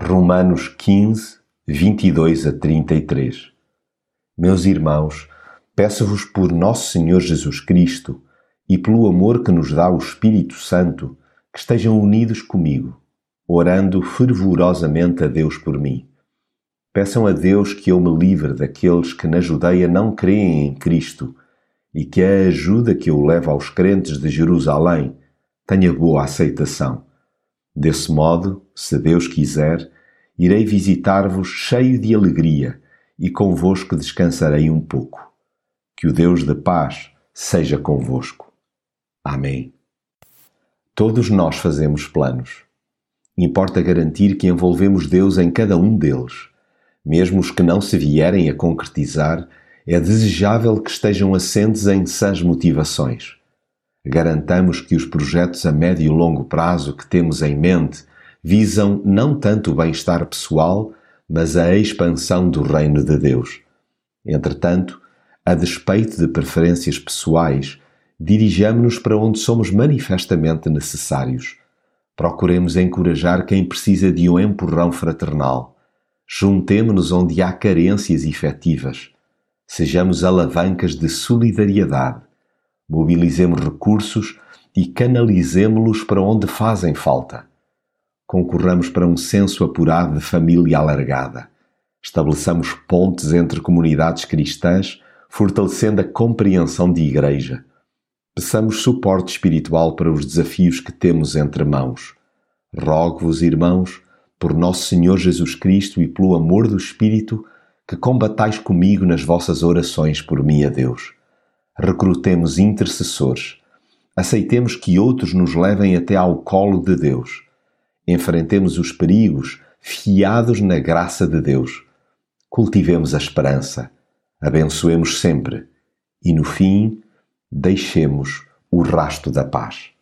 Romanos 15, 22 a 33. Meus irmãos, peço-vos por Nosso Senhor Jesus Cristo e pelo amor que nos dá o Espírito Santo, que estejam unidos comigo, orando fervorosamente a Deus por mim. Peçam a Deus que eu me livre daqueles que na Judeia não creem em Cristo e que a ajuda que eu levo aos crentes de Jerusalém tenha boa aceitação. Desse modo, se Deus quiser, irei visitar-vos cheio de alegria e convosco descansarei um pouco. Que o Deus de paz seja convosco. Amém. Todos nós fazemos planos. Importa garantir que envolvemos Deus em cada um deles. Mesmo os que não se vierem a concretizar, é desejável que estejam assentes em sãs motivações. Garantamos que os projetos a médio e longo prazo que temos em mente visam não tanto o bem-estar pessoal, mas a expansão do reino de Deus. Entretanto, a despeito de preferências pessoais, dirijamo-nos para onde somos manifestamente necessários. Procuremos encorajar quem precisa de um empurrão fraternal. Juntemo-nos onde há carências efetivas. Sejamos alavancas de solidariedade. Mobilizemos recursos e canalizemo-los para onde fazem falta. Concorramos para um senso apurado de família alargada. Estabeleçamos pontes entre comunidades cristãs, fortalecendo a compreensão de igreja. Peçamos suporte espiritual para os desafios que temos entre mãos. Rogo-vos, irmãos, por Nosso Senhor Jesus Cristo e pelo amor do Espírito, que combatais comigo nas vossas orações por mim a Deus. Recrutemos intercessores. Aceitemos que outros nos levem até ao colo de Deus. Enfrentemos os perigos, fiados na graça de Deus. Cultivemos a esperança. Abençoemos sempre. E no fim, deixemos o rasto da paz.